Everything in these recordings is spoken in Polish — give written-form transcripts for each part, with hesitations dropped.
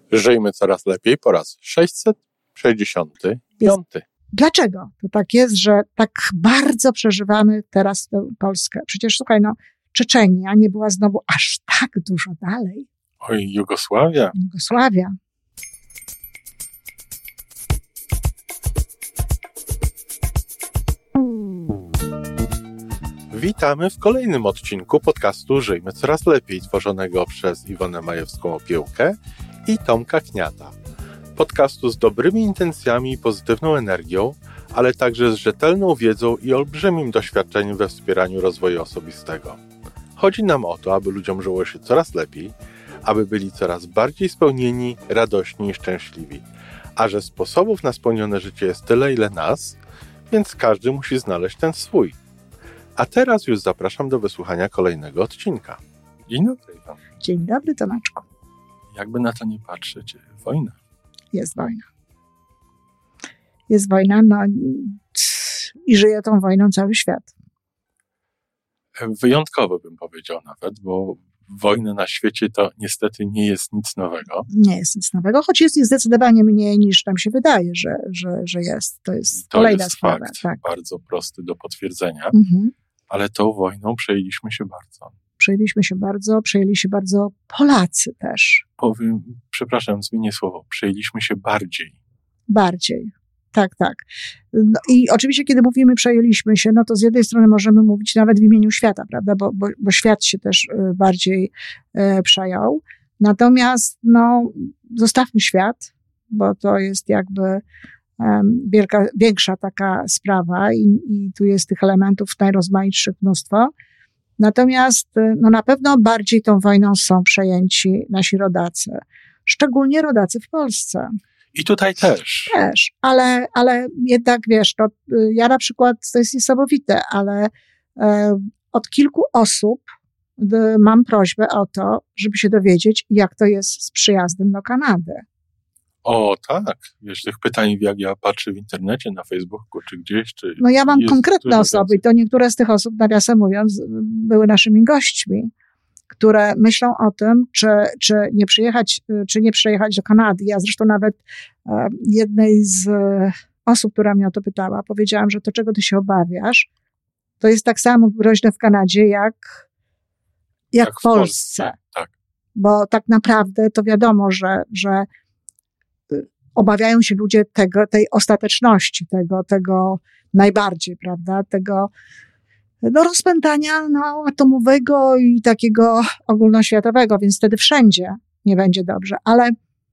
Żyjmy coraz lepiej po raz 665. Dlaczego to tak jest, że tak bardzo przeżywamy teraz tę Polskę? Przecież słuchaj, Czeczenia nie była znowu aż tak dużo dalej. Oj, Jugosławia. Witamy w kolejnym odcinku podcastu Żyjmy Coraz Lepiej, tworzonego przez Iwonę Majewską-Opiełkę i Tomka Kniata. Podcastu z dobrymi intencjami i pozytywną energią, ale także z rzetelną wiedzą i olbrzymim doświadczeniem we wspieraniu rozwoju osobistego. Chodzi nam o to, aby ludziom żyło się coraz lepiej, aby byli coraz bardziej spełnieni, radośni i szczęśliwi. A że sposobów na spełnione życie jest tyle, ile nas, więc każdy musi znaleźć ten swój. A teraz już zapraszam do wysłuchania kolejnego odcinka. Dzień dobry, Iwan. Dzień dobry, Tomaczku. Jakby na to nie patrzeć, wojna. Jest wojna, i żyje tą wojną cały świat. Wyjątkowo bym powiedział nawet, bo wojna na świecie to niestety nie jest nic nowego. Nie jest nic nowego, choć jest ich zdecydowanie mniej niż nam się wydaje, że jest. To jest kolejna sprawa. Fakt, tak. Bardzo prosty do potwierdzenia, Mhm. ale tą wojną przejęliśmy się bardzo. Przejęli się bardzo Polacy też. Zmienię słowo, przejęliśmy się Bardziej. Tak. I oczywiście, kiedy mówimy przejęliśmy się, to z jednej strony możemy mówić nawet w imieniu świata, prawda, bo świat się też bardziej przejął. Natomiast, zostawmy świat, bo to jest jakby większa taka sprawa i tu jest tych elementów najrozmaitszych mnóstwo. Natomiast, na pewno bardziej tą wojną są przejęci nasi rodacy. Szczególnie rodacy w Polsce. I tutaj też. Ale jednak wiesz, ja na przykład, to jest niesamowite, ale od kilku osób mam prośbę o to, żeby się dowiedzieć, jak to jest z przyjazdem do Kanady. O tak, wiesz, tych pytań, jak ja patrzę w internecie, na Facebooku, czy gdzieś, czy... Ja mam konkretne osoby i to niektóre z tych osób, nawiasem mówiąc, były naszymi gośćmi, które myślą o tym, czy nie przyjechać do Kanady. Ja zresztą nawet jednej z osób, która mnie o to pytała, powiedziałam, że to, czego ty się obawiasz, to jest tak samo groźne w Kanadzie, jak w Polsce. Tak. Bo tak naprawdę to wiadomo, że obawiają się ludzie tej ostateczności, tego najbardziej, prawda, tego rozpętania atomowego i takiego ogólnoświatowego, więc wtedy wszędzie nie będzie dobrze. Ale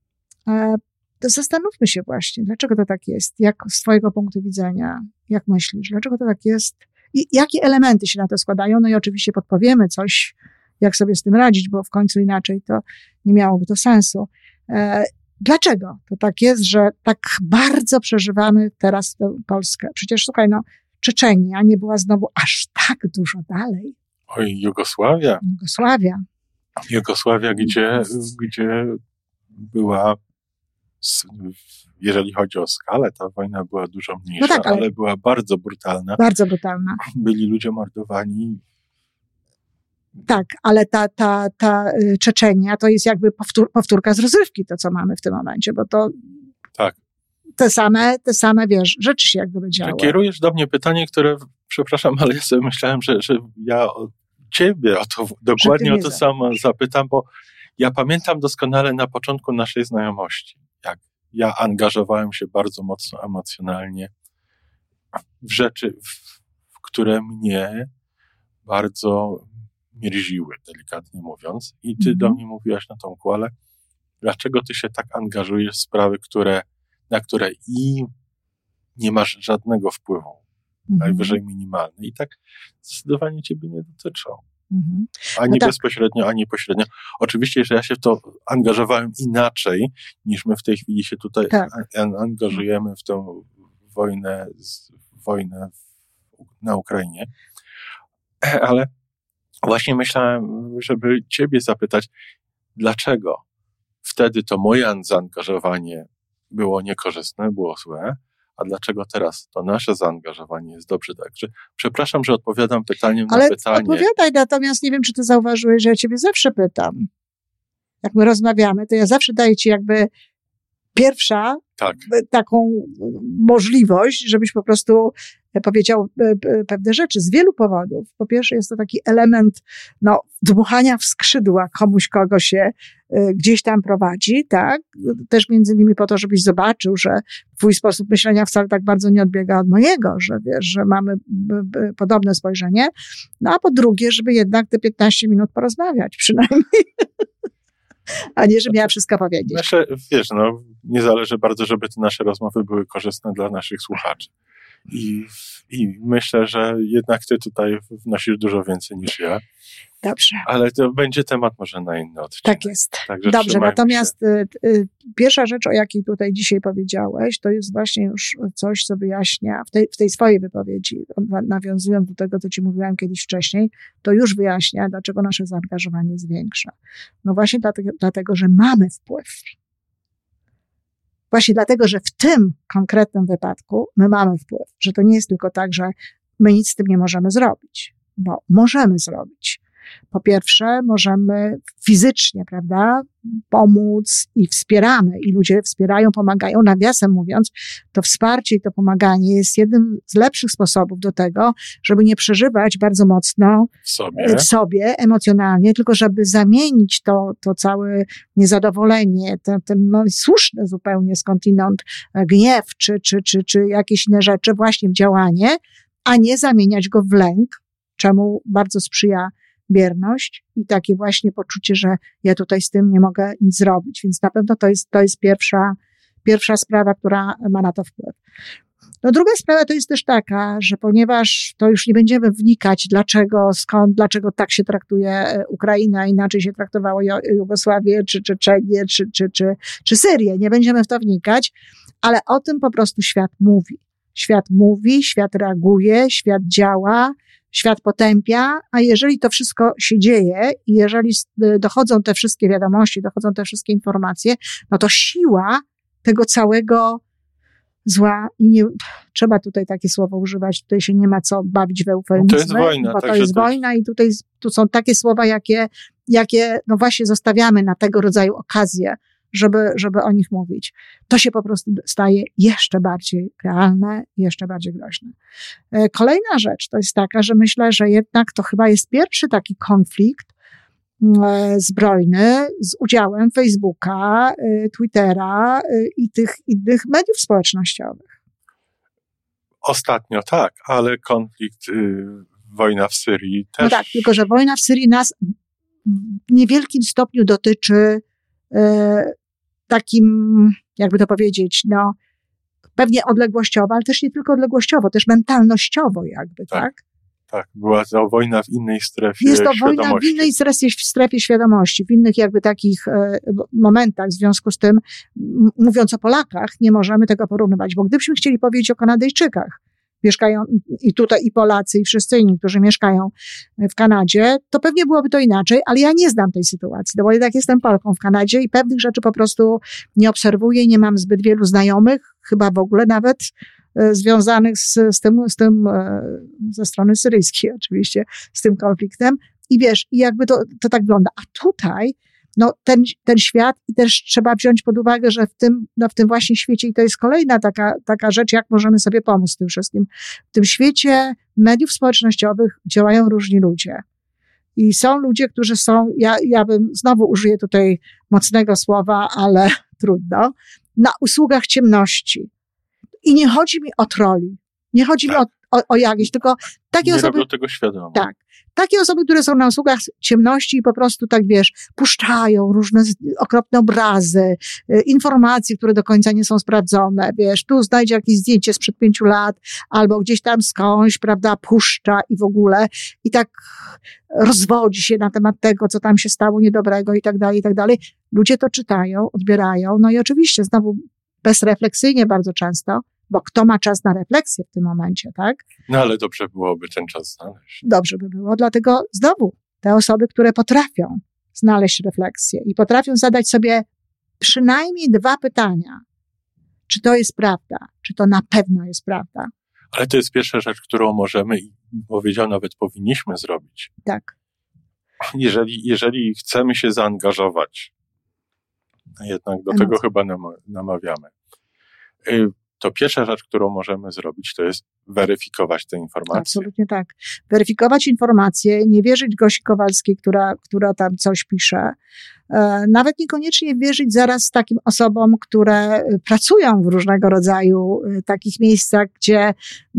to zastanówmy się właśnie, dlaczego to tak jest, jak z twojego punktu widzenia, jak myślisz, dlaczego to tak jest i jakie elementy się na to składają, i oczywiście podpowiemy coś, jak sobie z tym radzić, bo w końcu inaczej to nie miałoby to sensu. Dlaczego to tak jest, że tak bardzo przeżywamy teraz tę Polskę? Przecież słuchaj, Czeczenia nie była znowu aż tak dużo dalej. Oj, Jugosławia, gdzie była, jeżeli chodzi o skalę, ta wojna była dużo mniejsza, ale była bardzo brutalna. Bardzo brutalna. Byli ludzie mordowani. Tak, ale ta Czeczenia to jest jakby powtórka z rozrywki, to co mamy w tym momencie, bo to tak. Te same, wiesz, rzeczy się jak gdyby działy. Kierujesz do mnie pytanie, które, przepraszam, ale ja sobie myślałem, że ja ciebie dokładnie o to samo zapytam, bo ja pamiętam doskonale na początku naszej znajomości, jak ja angażowałem się bardzo mocno emocjonalnie w rzeczy, które mnie bardzo mierziły, delikatnie mówiąc. I ty do mnie mówiłaś na Tomku, ale dlaczego ty się tak angażujesz w sprawy, na które i nie masz żadnego wpływu, najwyżej minimalny. I tak zdecydowanie ciebie nie dotyczą. Ani bezpośrednio, ani pośrednio. Oczywiście, że ja się w to angażowałem inaczej, niż my w tej chwili się tutaj angażujemy w tę wojnę na Ukrainie. Ale właśnie myślałem, żeby ciebie zapytać, dlaczego wtedy to moje zaangażowanie było niekorzystne, było złe, a dlaczego teraz to nasze zaangażowanie jest dobrze? Także przepraszam, że odpowiadam pytaniem na pytanie. Ale odpowiadaj, natomiast nie wiem, czy ty zauważyłeś, że ja ciebie zawsze pytam. jak my rozmawiamy, to ja zawsze daję ci jakby pierwsza taką możliwość, żebyś po prostu powiedział pewne rzeczy z wielu powodów. Po pierwsze jest to taki element dmuchania w skrzydła komuś, kogo się gdzieś tam prowadzi, tak? Też między innymi po to, żebyś zobaczył, że twój sposób myślenia wcale tak bardzo nie odbiega od mojego, że wiesz, że mamy podobne spojrzenie. No a po drugie, żeby jednak te 15 minut porozmawiać przynajmniej. A nie, żebym miała wszystko powiedzieć. Wiesz, nie zależy bardzo, żeby te nasze rozmowy były korzystne dla naszych słuchaczy. I myślę, że jednak ty tutaj wnosisz dużo więcej niż ja. Dobrze. Ale to będzie temat może na inny odcinek. Tak jest. Także dobrze, natomiast pierwsza rzecz, o jakiej tutaj dzisiaj powiedziałeś, to jest właśnie już coś, co wyjaśnia w tej swojej wypowiedzi, nawiązując do tego, co ci mówiłam kiedyś wcześniej, to już wyjaśnia, dlaczego nasze zaangażowanie jest większe. No właśnie dlatego, że mamy wpływ. Właśnie dlatego, że w tym konkretnym wypadku my mamy wpływ, że to nie jest tylko tak, że my nic z tym nie możemy zrobić, bo możemy zrobić. Po pierwsze, możemy fizycznie, prawda, pomóc i wspieramy, i ludzie wspierają, pomagają. Nawiasem mówiąc, to wsparcie i to pomaganie jest jednym z lepszych sposobów do tego, żeby nie przeżywać bardzo mocno w sobie emocjonalnie, tylko żeby zamienić to całe niezadowolenie, ten słuszny zupełnie skądinąd gniew, czy jakieś inne rzeczy właśnie w działanie, a nie zamieniać go w lęk, czemu bardzo sprzyja bierność i takie właśnie poczucie, że ja tutaj z tym nie mogę nic zrobić. Więc na pewno to jest pierwsza sprawa, która ma na to wpływ. No druga sprawa to jest też taka, że ponieważ to już nie będziemy wnikać dlaczego tak się traktuje Ukraina, inaczej się traktowało Jugosławię, czy Czeczenię, czy Syrię. Nie będziemy w to wnikać, ale o tym po prostu świat mówi. Świat mówi, świat reaguje, świat działa, świat potępia, a jeżeli to wszystko się dzieje i jeżeli dochodzą te wszystkie wiadomości, dochodzą te wszystkie informacje, no to siła tego całego zła i nie trzeba tutaj takie słowo używać, tutaj się nie ma co bawić w eufemizmy, to jest wojna, bo to jest wojna i tu są takie słowa, jakie no właśnie zostawiamy na tego rodzaju okazje, żeby o nich mówić. To się po prostu staje jeszcze bardziej realne, jeszcze bardziej groźne. Kolejna rzecz to jest taka, że myślę, że jednak to chyba jest pierwszy taki konflikt zbrojny z udziałem Facebooka, Twittera i tych innych mediów społecznościowych. Ostatnio tak, ale konflikt, wojna w Syrii też. No tak, tylko że wojna w Syrii nas w niewielkim stopniu dotyczy takim, jakby to powiedzieć, no pewnie odległościowo, ale też nie tylko odległościowo, też mentalnościowo jakby, tak? Tak, była to wojna w innej strefie świadomości. Jest to świadomości. Wojna w innej strefie świadomości, w innych jakby takich momentach, w związku z tym, mówiąc o Polakach, nie możemy tego porównywać, bo gdybyśmy chcieli powiedzieć o Kanadyjczykach, mieszkają i tutaj i Polacy, i wszyscy inni, którzy mieszkają w Kanadzie, to pewnie byłoby to inaczej, ale ja nie znam tej sytuacji, no bo jednak jestem Polką w Kanadzie i pewnych rzeczy po prostu nie obserwuję, nie mam zbyt wielu znajomych, chyba w ogóle nawet związanych z tym ze strony syryjskiej oczywiście, z tym konfliktem. I wiesz, i jakby to tak wygląda. A tutaj, no ten świat i też trzeba wziąć pod uwagę, że w tym właśnie świecie, i to jest kolejna taka rzecz, jak możemy sobie pomóc w tym wszystkim. W tym świecie mediów społecznościowych działają różni ludzie. I są ludzie, którzy są, ja bym znowu użyję tutaj mocnego słowa, ale trudno, na usługach ciemności. I nie chodzi mi o troli, nie chodzi mi o jakieś, tylko takie nie osoby. Robią tego świadomie. Tak. Takie osoby, które są na usługach ciemności i po prostu tak, wiesz, puszczają różne okropne obrazy, informacje, które do końca nie są sprawdzone, wiesz, tu znajdzie jakieś zdjęcie sprzed 5 lat, albo gdzieś tam skądś, prawda, puszcza i w ogóle, i tak rozwodzi się na temat tego, co tam się stało niedobrego i tak dalej, i tak dalej. Ludzie to czytają, odbierają, no i oczywiście znowu bezrefleksyjnie bardzo często, bo kto ma czas na refleksję w tym momencie, tak? No ale dobrze byłoby ten czas znaleźć. Dobrze by było, dlatego znowu te osoby, które potrafią znaleźć refleksję i potrafią zadać sobie przynajmniej 2 pytania. Czy to jest prawda? Czy to na pewno jest prawda? Ale to jest pierwsza rzecz, którą możemy i powiedział nawet powinniśmy zrobić. Tak. Jeżeli chcemy się zaangażować A jednak do tego chyba namawiamy. To pierwsza rzecz, którą możemy zrobić, to jest weryfikować te informacje. Absolutnie tak. Weryfikować informacje, nie wierzyć Gosi Kowalskiej, która tam coś pisze. Nawet niekoniecznie wierzyć zaraz takim osobom, które pracują w różnego rodzaju takich miejscach, gdzie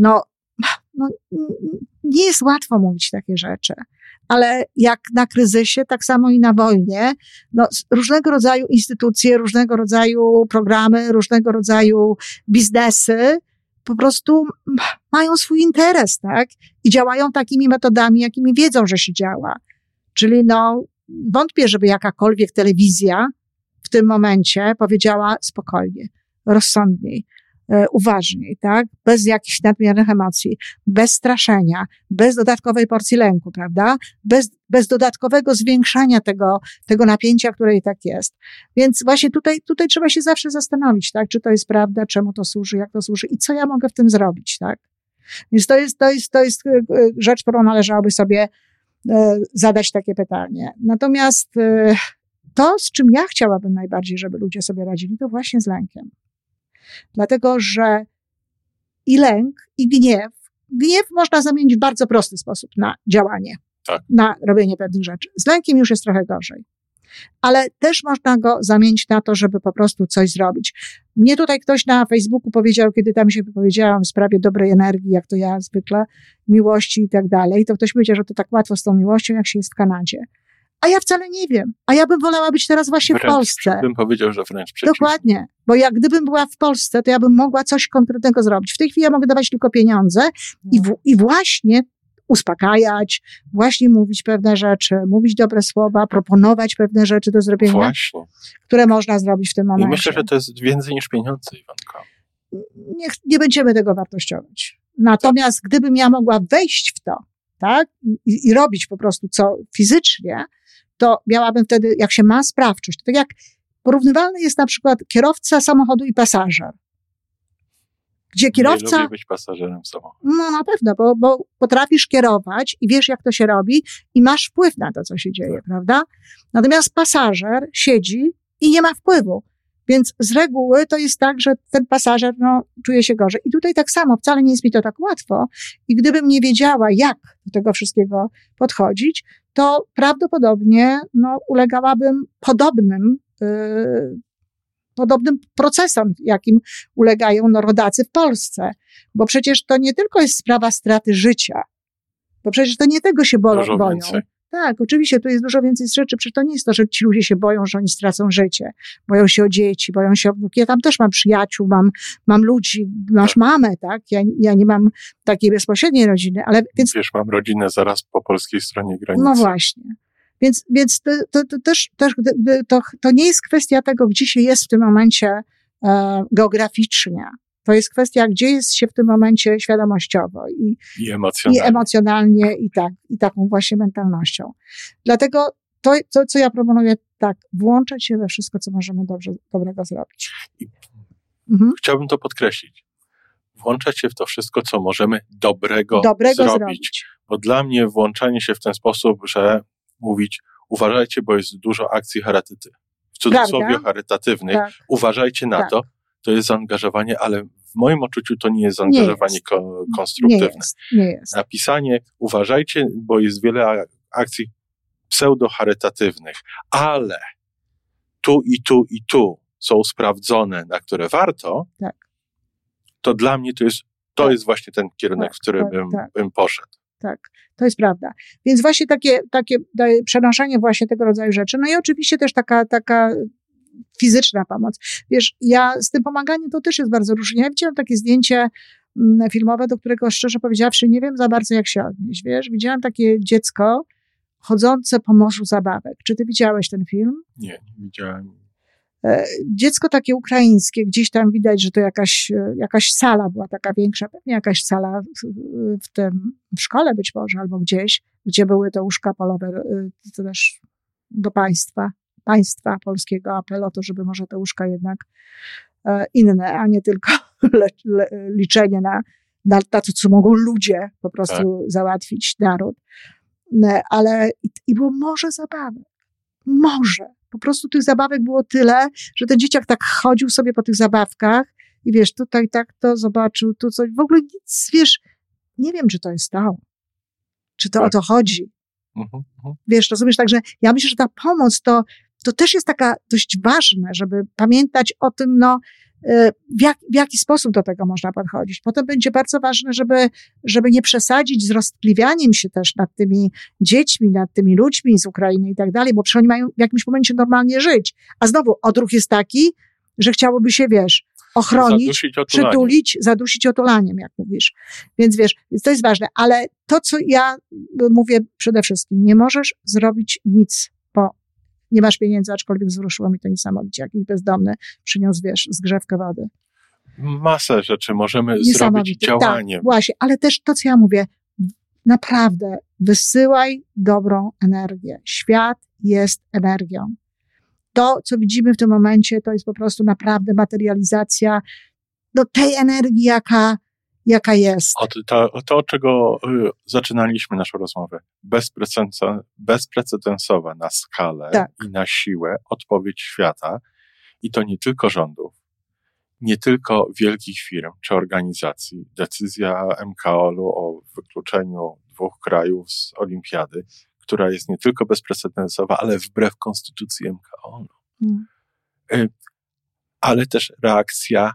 nie jest łatwo mówić takie rzeczy. Ale jak na kryzysie, tak samo i na wojnie, różnego rodzaju instytucje, różnego rodzaju programy, różnego rodzaju biznesy po prostu mają swój interes, tak? I działają takimi metodami, jakimi wiedzą, że się działa. Czyli wątpię, żeby jakakolwiek telewizja w tym momencie powiedziała spokojnie, rozsądniej, uważniej, tak? Bez jakichś nadmiernych emocji, bez straszenia, bez dodatkowej porcji lęku, prawda? Bez dodatkowego zwiększania tego napięcia, które i tak jest. Więc właśnie tutaj trzeba się zawsze zastanowić, tak? Czy to jest prawda, czemu to służy, jak to służy i co ja mogę w tym zrobić, tak? Więc to jest rzecz, którą należałoby sobie zadać takie pytanie. Natomiast to, z czym ja chciałabym najbardziej, żeby ludzie sobie radzili, to właśnie z lękiem. Dlatego, że i lęk, i gniew można zamienić w bardzo prosty sposób na działanie, tak, na robienie pewnych rzeczy. Z lękiem już jest trochę gorzej. Ale też można go zamienić na to, żeby po prostu coś zrobić. Mnie tutaj ktoś na Facebooku powiedział, kiedy tam się wypowiedziałam w sprawie dobrej energii, jak to ja zwykle, miłości i tak dalej, to ktoś powiedział, że to tak łatwo z tą miłością, jak się jest w Kanadzie. A ja wcale nie wiem. A ja bym wolała być teraz właśnie w Polsce. Bym powiedział, że wręcz przeciwnie. Dokładnie. Bo jak gdybym była w Polsce, to ja bym mogła coś konkretnego zrobić. W tej chwili ja mogę dawać tylko pieniądze i właśnie uspokajać, właśnie mówić pewne rzeczy, mówić dobre słowa, proponować pewne rzeczy do zrobienia, właśnie, które można zrobić w tym momencie. I myślę, że to jest więcej niż pieniądze, Iwonko. Nie będziemy tego wartościować. Natomiast gdybym ja mogła wejść w to, tak, i robić po prostu co fizycznie, to miałabym wtedy, jak się ma sprawczość, to tak jak porównywalny jest na przykład kierowca samochodu i pasażer. Gdzie kierowca... Nie lubię być pasażerem samochodu. No na pewno, bo potrafisz kierować i wiesz, jak to się robi i masz wpływ na to, co się dzieje, prawda? Natomiast pasażer siedzi i nie ma wpływu. Więc z reguły to jest tak, że ten pasażer czuje się gorzej. I tutaj tak samo, wcale nie jest mi to tak łatwo. I gdybym nie wiedziała, jak do tego wszystkiego podchodzić, to prawdopodobnie ulegałabym podobnym procesom, jakim ulegają rodacy w Polsce. Bo przecież to nie tylko jest sprawa straty życia. Bo przecież to nie tego się boją. Więcej. Tak, oczywiście, tu jest dużo więcej rzeczy. Przecież to nie jest to, że ci ludzie się boją, że oni stracą życie. Boją się o dzieci, boją się o wnuki. Ja tam też mam przyjaciół, mam ludzi, masz mamę, tak? Ja nie mam takiej bezpośredniej rodziny, ale więc... Wiesz, mam rodzinę zaraz po polskiej stronie granicy. No właśnie. Więc to też to nie jest kwestia tego, gdzie się jest w tym momencie geograficznie. To jest kwestia, gdzie jest się w tym momencie świadomościowo i emocjonalnie. I emocjonalnie i taką właśnie mentalnością. Dlatego to, co ja proponuję, tak, włączać się we wszystko, co możemy dobrego zrobić. Chciałbym to podkreślić. Włączać się w to wszystko, co możemy dobrego zrobić. Bo dla mnie włączanie się w ten sposób, że mówić, uważajcie, bo jest dużo akcji charytaty. W cudzysłowie charytatywnych. Tak. Uważajcie na to jest zaangażowanie, ale w moim odczuciu to nie jest zaangażowanie konstruktywne. Nie jest. Napisanie, uważajcie, bo jest wiele akcji pseudo-charytatywnych, ale tu i tu są sprawdzone, na które warto, to dla mnie to jest właśnie ten kierunek, w który bym poszedł. Tak, to jest prawda. Więc właśnie takie przenoszenie właśnie tego rodzaju rzeczy. No i oczywiście też taka fizyczna pomoc. Wiesz, ja z tym pomaganiem to też jest bardzo różnie. Ja widziałam takie zdjęcie filmowe, do którego szczerze powiedziawszy nie wiem za bardzo, jak się odnieść. Wiesz, widziałam takie dziecko chodzące po morzu zabawek. Czy ty widziałeś ten film? Nie widziałem. Dziecko takie ukraińskie, gdzieś tam widać, że to jakaś sala była taka większa, pewnie jakaś sala w szkole być może, albo gdzieś, gdzie były te łóżka polowe, to też do państwa polskiego apel o to, żeby może te łóżka jednak inne, a nie tylko liczenie na to, co mogą ludzie po prostu załatwić, naród. Ale i było morze zabawek. Może. Po prostu tych zabawek było tyle, że ten dzieciak tak chodził sobie po tych zabawkach i wiesz, tutaj tak to zobaczył, tu coś. W ogóle nic, wiesz, nie wiem, czy to jest to. Czy to o to chodzi. Wiesz, rozumiesz? Także ja myślę, że ta pomoc to też jest taka dość ważne, żeby pamiętać o tym, w jaki sposób do tego można podchodzić. Potem będzie bardzo ważne, żeby nie przesadzić z roztkliwianiem się też nad tymi dziećmi, nad tymi ludźmi z Ukrainy i tak dalej, bo przecież oni mają w jakimś momencie normalnie żyć. A znowu odruch jest taki, że chciałoby się, wiesz, ochronić, przytulić, zadusić otulaniem, jak mówisz. Więc wiesz, to jest ważne. Ale to, co ja mówię przede wszystkim, nie możesz zrobić nic, bo nie masz pieniędzy, aczkolwiek wzruszyło mi to niesamowicie. Jakiś bezdomny przyniósł, wiesz, zgrzewkę wody. Masę rzeczy możemy zrobić działaniem. Tak, właśnie, ale też to, co ja mówię, naprawdę wysyłaj dobrą energię. Świat jest energią. To, co widzimy w tym momencie, to jest po prostu naprawdę materializacja tej energii, jaka jest. Od czego zaczynaliśmy naszą rozmowę. Bezprecedensowa na skalę i na siłę odpowiedź świata. I to nie tylko rządów, nie tylko wielkich firm czy organizacji. Decyzja MKOL-u o wykluczeniu 2 krajów z olimpiady, która jest nie tylko bezprecedensowa, ale wbrew konstytucji MKOL-u. Ale też reakcja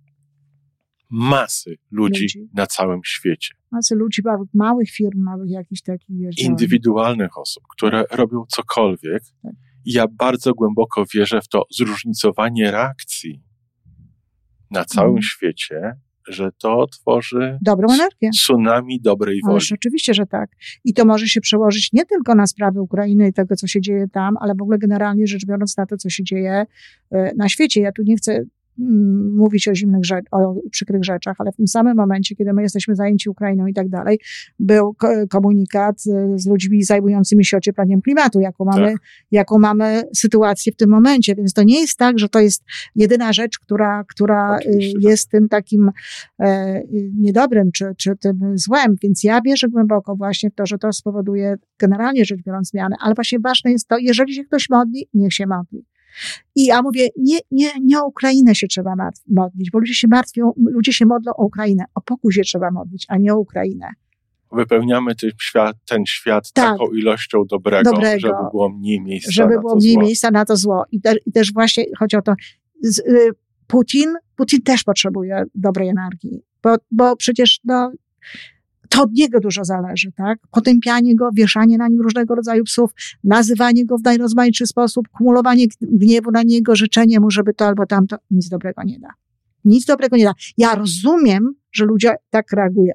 masy ludzi na całym świecie. Masy ludzi, małych firm, małych jakichś takich, wiesz, indywidualnych osób, które robią cokolwiek. Tak. I ja bardzo głęboko wierzę w to zróżnicowanie reakcji na całym świecie, że to tworzy dobrą energię. Tsunami dobrej woli. Ależ oczywiście, że tak. I to może się przełożyć nie tylko na sprawy Ukrainy i tego, co się dzieje tam, ale w ogóle generalnie rzecz biorąc na to, co się dzieje na świecie. Ja tu nie chcę mówić o przykrych rzeczach, ale w tym samym momencie, kiedy my jesteśmy zajęci Ukrainą i tak dalej, był komunikat z ludźmi zajmującymi się ocieplaniem klimatu, jaką mamy sytuację w tym momencie, więc to nie jest tak, że to jest jedyna rzecz, która jest tym takim niedobrym, czy tym złem, więc ja wierzę głęboko właśnie w to, że to spowoduje generalnie rzecz biorąc zmianę, ale właśnie ważne jest to, jeżeli się ktoś modli, niech się modli. I ja mówię, nie o Ukrainę się trzeba modlić, bo ludzie się modlą o Ukrainę. O pokój się trzeba modlić, a nie o Ukrainę. Wypełniamy ten świat taką ilością dobrego, żeby było mniej miejsca żeby na było to mniej zło. miejsca na to zło. I też właśnie chodzi o to, Putin też potrzebuje dobrej energii, bo przecież to od niego dużo zależy, tak? Potępianie go, wieszanie na nim różnego rodzaju psów, nazywanie go w najrozmaitszy sposób, kumulowanie gniewu na niego, życzenie mu, żeby to albo tamto, nic dobrego nie da. Nic dobrego nie da. Ja rozumiem, że ludzie tak reagują.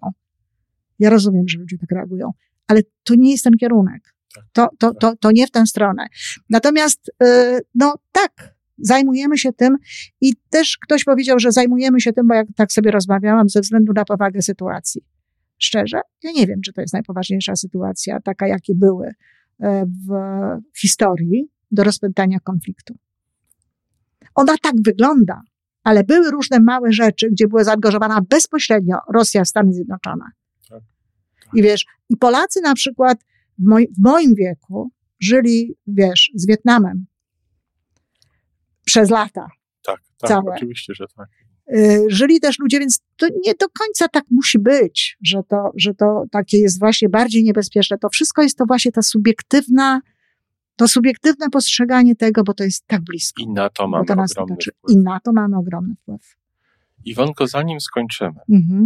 Ale to nie jest ten kierunek. To nie w tę stronę. Natomiast, zajmujemy się tym i też ktoś powiedział, że zajmujemy się tym, bo jak tak sobie rozmawiałam, ze względu na powagę sytuacji. Szczerze, ja nie wiem, czy to jest najpoważniejsza sytuacja, taka jakie były w historii do rozpętania konfliktu. Ona tak wygląda, ale były różne małe rzeczy, gdzie była zaangażowana bezpośrednio Rosja, Stany Zjednoczone. Tak. I wiesz, i Polacy na przykład w moim wieku żyli, wiesz, z Wietnamem przez lata. Tak, całe. Oczywiście, że tak. Żyli też ludzie, więc to nie do końca tak musi być, że to takie jest właśnie bardziej niebezpieczne. To wszystko jest to właśnie to subiektywne postrzeganie tego, bo to jest tak blisko. I na to mamy ogromny wpływ. I na to mamy ogromny wpływ. Iwonko, zanim skończymy,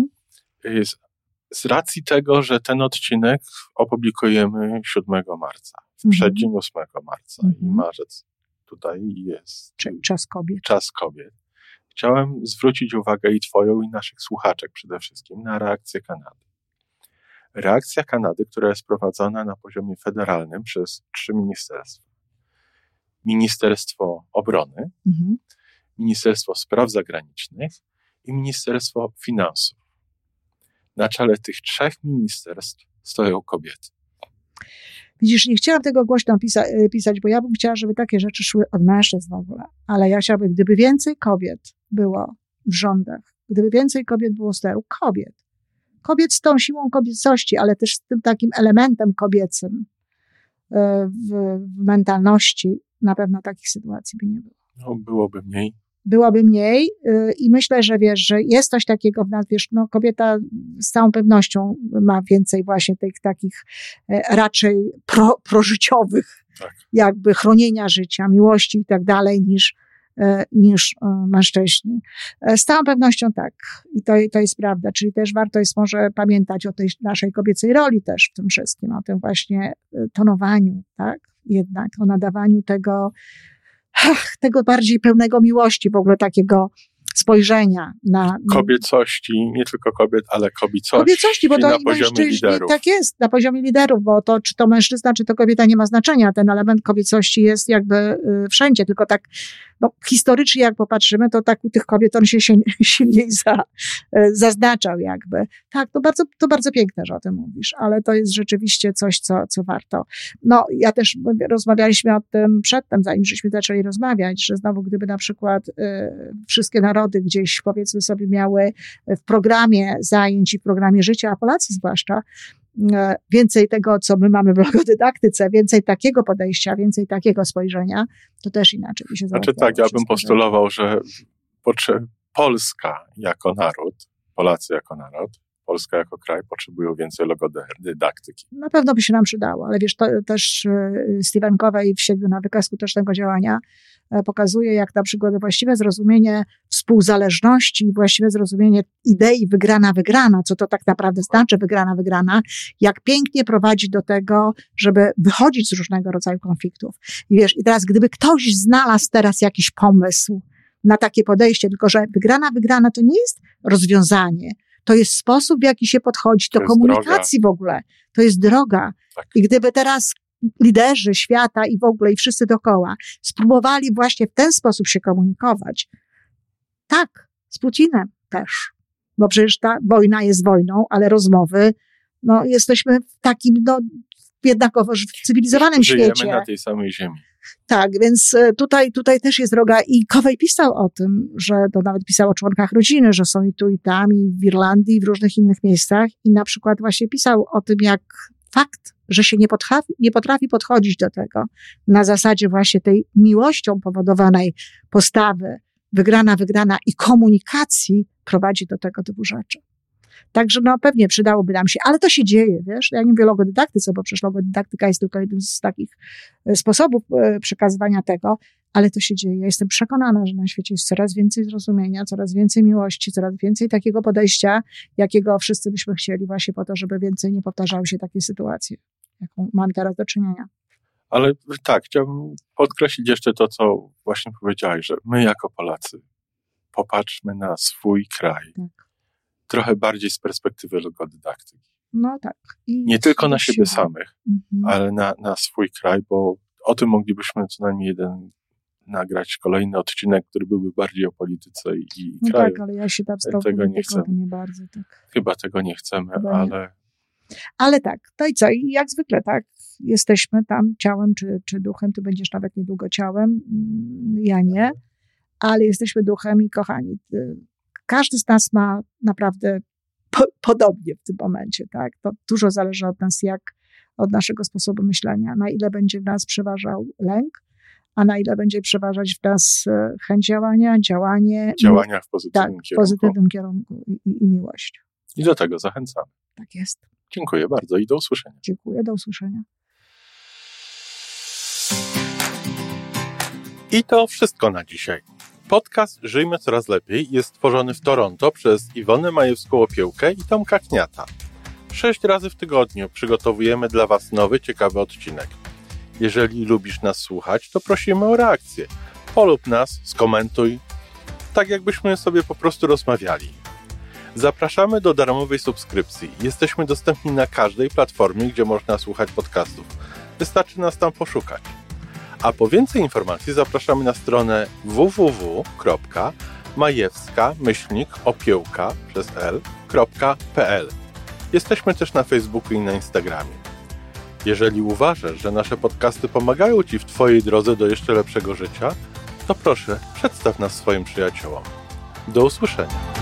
z racji tego, że ten odcinek opublikujemy 7 marca, w przeddzień 8 marca i marzec tutaj jest Czas kobiet. Chciałem zwrócić uwagę i twoją, i naszych słuchaczek przede wszystkim na reakcję Kanady. Reakcja Kanady, która jest prowadzona na poziomie federalnym przez 3 ministerstwa. Ministerstwo Obrony, Ministerstwo Spraw Zagranicznych i Ministerstwo Finansów. Na czele tych 3 ministerstw stoją kobiety. Widzisz, nie chciałam tego głośno pisać, bo ja bym chciała, żeby takie rzeczy szły od mężczyzn w ogóle. Ale ja chciałabym, gdyby więcej kobiet było w rządach, gdyby więcej kobiet było steru, kobiet z tą siłą kobiecości, ale też z tym takim elementem kobiecym, w mentalności, na pewno takich sytuacji by nie było. No, byłoby mniej. Byłoby mniej i myślę, że wiesz, że jest coś takiego w nas, wiesz, no kobieta z całą pewnością ma więcej właśnie tych takich raczej prożyciowych, tak, jakby chronienia życia, miłości i tak dalej niż mężczyźni. Z całą pewnością tak. I to jest prawda. Czyli też warto jest może pamiętać o tej naszej kobiecej roli też w tym wszystkim, o tym właśnie tonowaniu, tak? Jednak o nadawaniu tego bardziej pełnego miłości, w ogóle takiego spojrzenia na kobiecości, nie tylko kobiet, ale kobiecości, bo to na poziomie liderów. Tak jest, na poziomie liderów, bo to czy to mężczyzna, czy to kobieta nie ma znaczenia. Ten element kobiecości jest jakby wszędzie, tylko tak historycznie jak popatrzymy, to tak u tych kobiet on się silniej zaznaczał jakby. Tak, to bardzo piękne, że o tym mówisz, ale to jest rzeczywiście coś, co warto. No, ja też rozmawialiśmy o tym przedtem, zanim żeśmy zaczęli rozmawiać, że znowu gdyby na przykład wszystkie narody gdzieś, powiedzmy sobie, miały w programie zajęć i w programie życia, a Polacy zwłaszcza, więcej tego, co my mamy w logodydaktyce, więcej takiego podejścia, więcej takiego spojrzenia, to też inaczej by się załatwiało. Znaczy tak, ja bym postulował, że Polska jako naród, Polacy jako naród, Polska jako kraj potrzebują więcej logodydaktyki. Na pewno by się nam przydało, ale wiesz, to też Stephen Covey w 7 nawykach skutecznego działania pokazuje, jak na przykład właściwe zrozumienie współzależności, właściwe zrozumienie idei wygrana, co to tak naprawdę znaczy wygrana, jak pięknie prowadzi do tego, żeby wychodzić z różnego rodzaju konfliktów. I wiesz, i teraz gdyby ktoś znalazł teraz jakiś pomysł na takie podejście, tylko że wygrana to nie jest rozwiązanie, to jest sposób, w jaki się podchodzi do komunikacji droga. W ogóle. To jest droga. Tak. I gdyby teraz liderzy świata i w ogóle i wszyscy dookoła spróbowali właśnie w ten sposób się komunikować, tak, z Putinem też. Bo przecież ta wojna jest wojną, ale rozmowy, no jesteśmy w takim, no jednakowo w cywilizowanym świecie. Żyjemy na tej samej ziemi. Tak, więc tutaj też jest droga i Covey pisał o tym, że to nawet pisał o członkach rodziny, że są i tu i tam, i w Irlandii, i w różnych innych miejscach i na przykład właśnie pisał o tym, jak fakt, że się nie potrafi podchodzić do tego na zasadzie właśnie tej miłością powodowanej postawy, wygrana i komunikacji prowadzi do tego typu rzeczy. Także no pewnie przydałoby nam się, ale to się dzieje, wiesz, ja nie mówię o logodydaktyce, bo przecież logodydaktyka jest tylko jednym z takich sposobów przekazywania tego, ale to się dzieje. Ja jestem przekonana, że na świecie jest coraz więcej zrozumienia, coraz więcej miłości, coraz więcej takiego podejścia, jakiego wszyscy byśmy chcieli właśnie po to, żeby więcej nie powtarzały się takie sytuacje, jaką mam teraz do czynienia. Ale tak, chciałbym podkreślić jeszcze to, co właśnie powiedziałeś, że my jako Polacy popatrzmy na swój kraj. Tak. Trochę bardziej z perspektywy logodydaktyki. No tak. I nie tylko na siebie samych, ale na swój kraj, bo o tym moglibyśmy co najmniej nagrać kolejny odcinek, który byłby bardziej o polityce i no kraju. Tak, ale ja się tam z tą polityką nie bardzo. Tak. Chyba tego nie chcemy, Ale tak, to i co? I jak zwykle, tak, jesteśmy tam ciałem czy duchem, ty będziesz nawet niedługo ciałem, ja nie, ale jesteśmy duchem i kochani, każdy z nas ma naprawdę podobnie w tym momencie, tak? To dużo zależy od nas, od naszego sposobu myślenia, na ile będzie w nas przeważał lęk, a na ile będzie przeważać w nas chęć działania w pozytywnym kierunku. W pozytywnym kierunku i miłość. I do tego zachęcamy. Tak jest. Dziękuję bardzo i do usłyszenia. Dziękuję, do usłyszenia. I to wszystko na dzisiaj. Podcast Żyjmy Coraz Lepiej jest tworzony w Toronto przez Iwonę Majewską-Opiełkę i Tomka Kniata. 6 razy w tygodniu przygotowujemy dla Was nowy, ciekawy odcinek. Jeżeli lubisz nas słuchać, to prosimy o reakcję. Polub nas, skomentuj, tak jakbyśmy sobie po prostu rozmawiali. Zapraszamy do darmowej subskrypcji. Jesteśmy dostępni na każdej platformie, gdzie można słuchać podcastów. Wystarczy nas tam poszukać. A po więcej informacji zapraszamy na stronę www.majewska-opiełka.pl. Jesteśmy też na Facebooku i na Instagramie. Jeżeli uważasz, że nasze podcasty pomagają Ci w Twojej drodze do jeszcze lepszego życia, to proszę, przedstaw nas swoim przyjaciołom. Do usłyszenia.